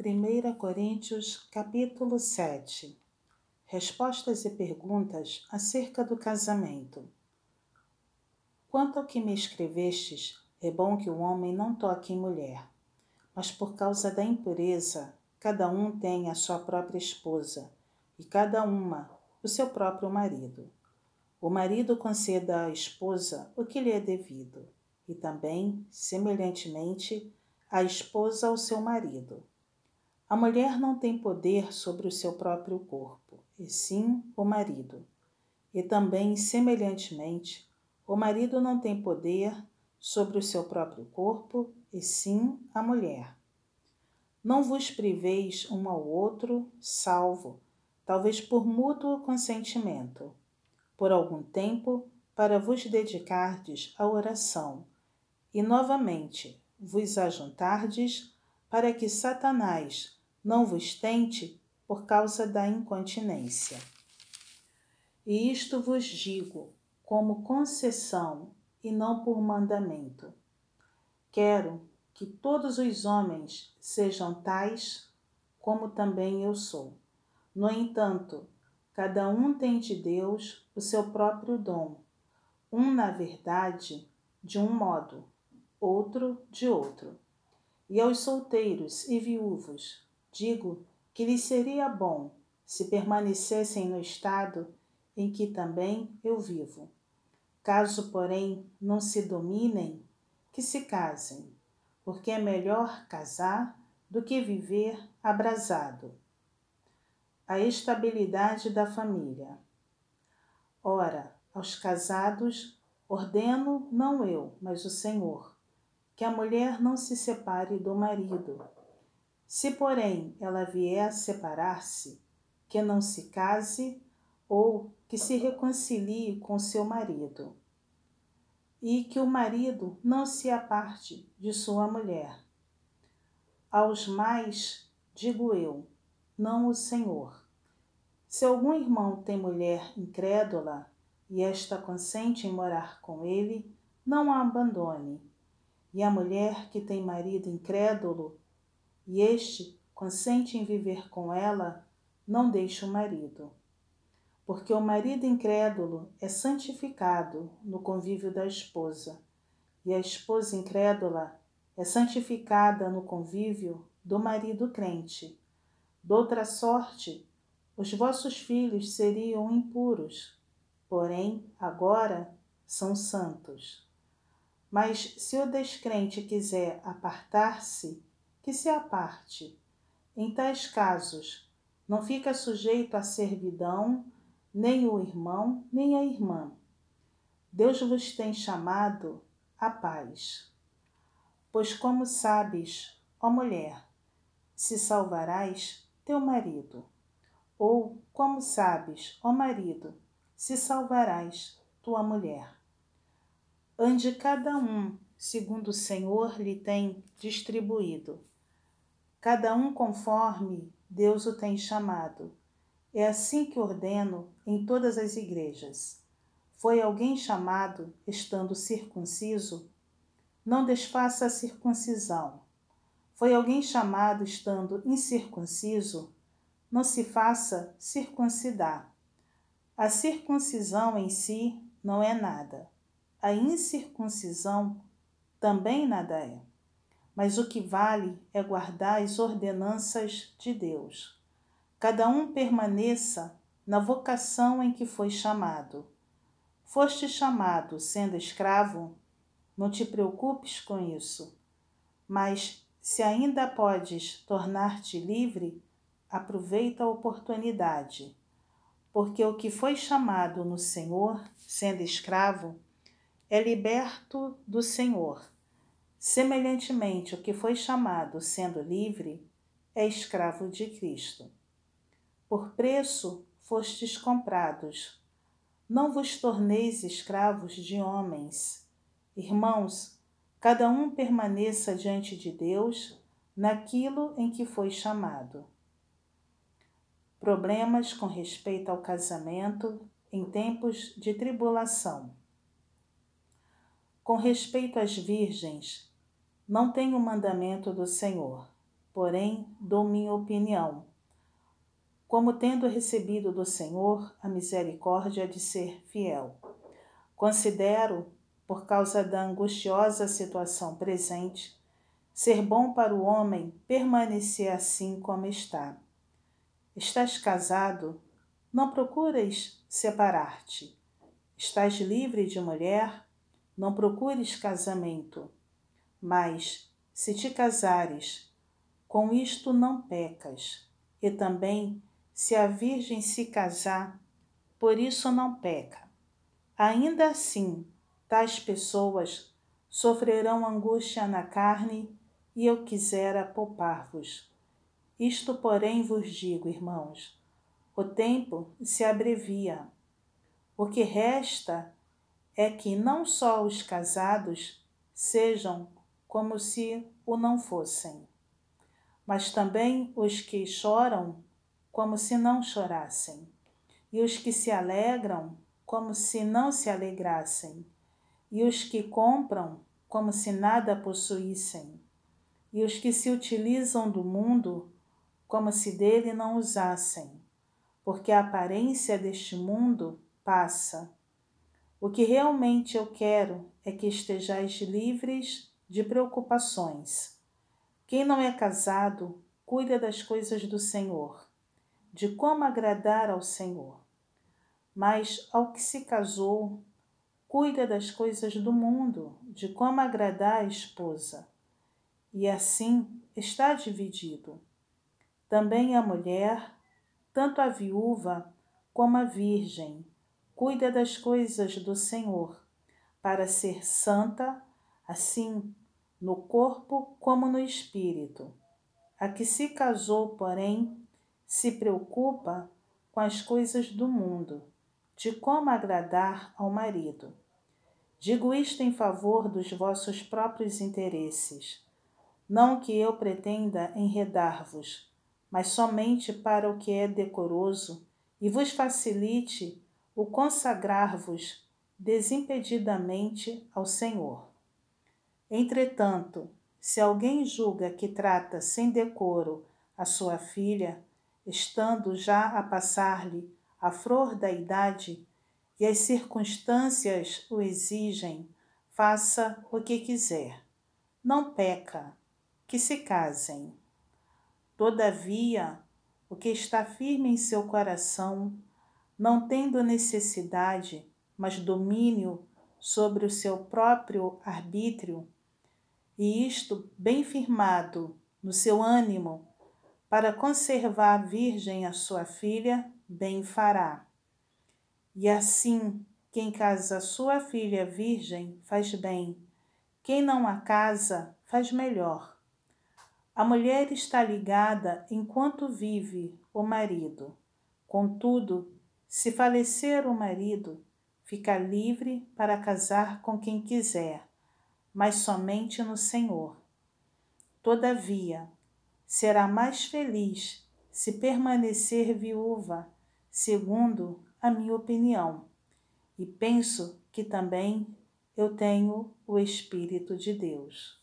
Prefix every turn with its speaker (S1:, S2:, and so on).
S1: 1 Coríntios, capítulo 7. Respostas e perguntas acerca do casamento. Quanto ao que me escrevestes, é bom que o homem não toque em mulher, mas por causa da impureza, cada um tem a sua própria esposa, e cada uma o seu próprio marido. O marido conceda à esposa o que lhe é devido, e também, semelhantemente, a esposa ao seu marido. A mulher não tem poder sobre o seu próprio corpo, e sim o marido. E também, semelhantemente, o marido não tem poder sobre o seu próprio corpo, e sim a mulher. Não vos priveis um ao outro, salvo, talvez por mútuo consentimento, por algum tempo, para vos dedicardes à oração, e novamente vos ajuntardes, para que Satanás não vos tente por causa da incontinência. E isto vos digo como concessão e não por mandamento. Quero que todos os homens sejam tais como também eu sou. No entanto, cada um tem de Deus o seu próprio dom, um, na verdade, de um modo, outro de outro. E aos solteiros e viúvos digo que lhes seria bom se permanecessem no estado em que também eu vivo. Caso, porém, não se dominem, que se casem, porque é melhor casar do que viver abrasado. A estabilidade da família. Ora, aos casados ordeno não eu, mas o Senhor, que a mulher não se separe do marido. Se, porém, ela vier a separar-se, que não se case ou que se reconcilie com seu marido. E que o marido não se aparte de sua mulher. Aos mais, digo eu, não o Senhor. Se algum irmão tem mulher incrédula e esta consente em morar com ele, não a abandone. E a mulher que tem marido incrédulo e este consente em viver com ela, não deixe o marido. Porque o marido incrédulo é santificado no convívio da esposa, e a esposa incrédula é santificada no convívio do marido crente. Doutra sorte, os vossos filhos seriam impuros, porém agora são santos. Mas se o descrente quiser apartar-se, que se aparte. Em tais casos, não fica sujeito à servidão nem o irmão, nem a irmã. Deus vos tem chamado à paz. Pois como sabes, ó mulher, se salvarás teu marido? Ou como sabes, ó marido, se salvarás tua mulher? Ande cada um segundo o Senhor lhe tem distribuído, cada um conforme Deus o tem chamado. É assim que ordeno em todas as igrejas. Foi alguém chamado estando circunciso? Não desfaça a circuncisão. Foi alguém chamado estando incircunciso? Não se faça circuncidar. A circuncisão em si não é nada. A incircuncisão também nada é. Mas o que vale é guardar as ordenanças de Deus. Cada um permaneça na vocação em que foi chamado. Foste chamado sendo escravo? Não te preocupes com isso. Mas, se ainda podes tornar-te livre, aproveita a oportunidade. Porque o que foi chamado no Senhor, sendo escravo, é liberto do Senhor. Semelhantemente, o que foi chamado, sendo livre, é escravo de Cristo. Por preço fostes comprados. Não vos torneis escravos de homens. Irmãos, cada um permaneça diante de Deus naquilo em que foi chamado. Problemas com respeito ao casamento em tempos de tribulação. Com respeito às virgens, não tem o mandamento do Senhor. porém, dou minha opinião, como tendo recebido do Senhor a misericórdia de ser fiel. Considero, por causa da angustiosa situação presente, ser bom para o homem permanecer assim como está. Estás casado? Não procuras separar-te. Estás livre de mulher? Não procures casamento. Mas, se te casares, com isto não pecas. E também, se a virgem se casar, por isso não peca. Ainda assim, tais pessoas sofrerão angústia na carne, e eu quisera poupar-vos. Isto, porém, vos digo, irmãos, o tempo se abrevia. O que resta é que não só os casados sejam como se o não fossem, mas também os que choram como se não chorassem, e os que se alegram como se não se alegrassem, e os que compram como se nada possuíssem, e os que se utilizam do mundo como se dele não usassem, porque a aparência deste mundo passa. O que realmente eu quero é que estejais livres de preocupações. Quem não é casado, cuida das coisas do Senhor, de como agradar ao Senhor. Mas ao que se casou, cuida das coisas do mundo, de como agradar a esposa. E assim está dividido. Também a mulher, tanto a viúva como a virgem, cuida das coisas do Senhor, para ser santa, assim, no corpo como no espírito. A que se casou, porém, se preocupa com as coisas do mundo, de como agradar ao marido. Digo isto em favor dos vossos próprios interesses, não que eu pretenda enredar-vos, mas somente para o que é decoroso e vos facilite o consagrar-vos desimpedidamente ao Senhor. Entretanto, se alguém julga que trata sem decoro a sua filha, estando já a passar-lhe a flor da idade, e as circunstâncias o exigem, faça o que quiser. Não peca, que se casem. Todavia, o que está firme em seu coração, não tendo necessidade, mas domínio sobre o seu próprio arbítrio, e isto bem firmado no seu ânimo, para conservar virgem a sua filha, bem fará. E assim, quem casa sua filha virgem faz bem, quem não a casa faz melhor. A mulher está ligada enquanto vive o marido. Contudo, se falecer o marido, fica livre para casar com quem quiser, mas somente no Senhor. Todavia, será mais feliz se permanecer viúva, segundo a minha opinião, e penso que também eu tenho o Espírito de Deus.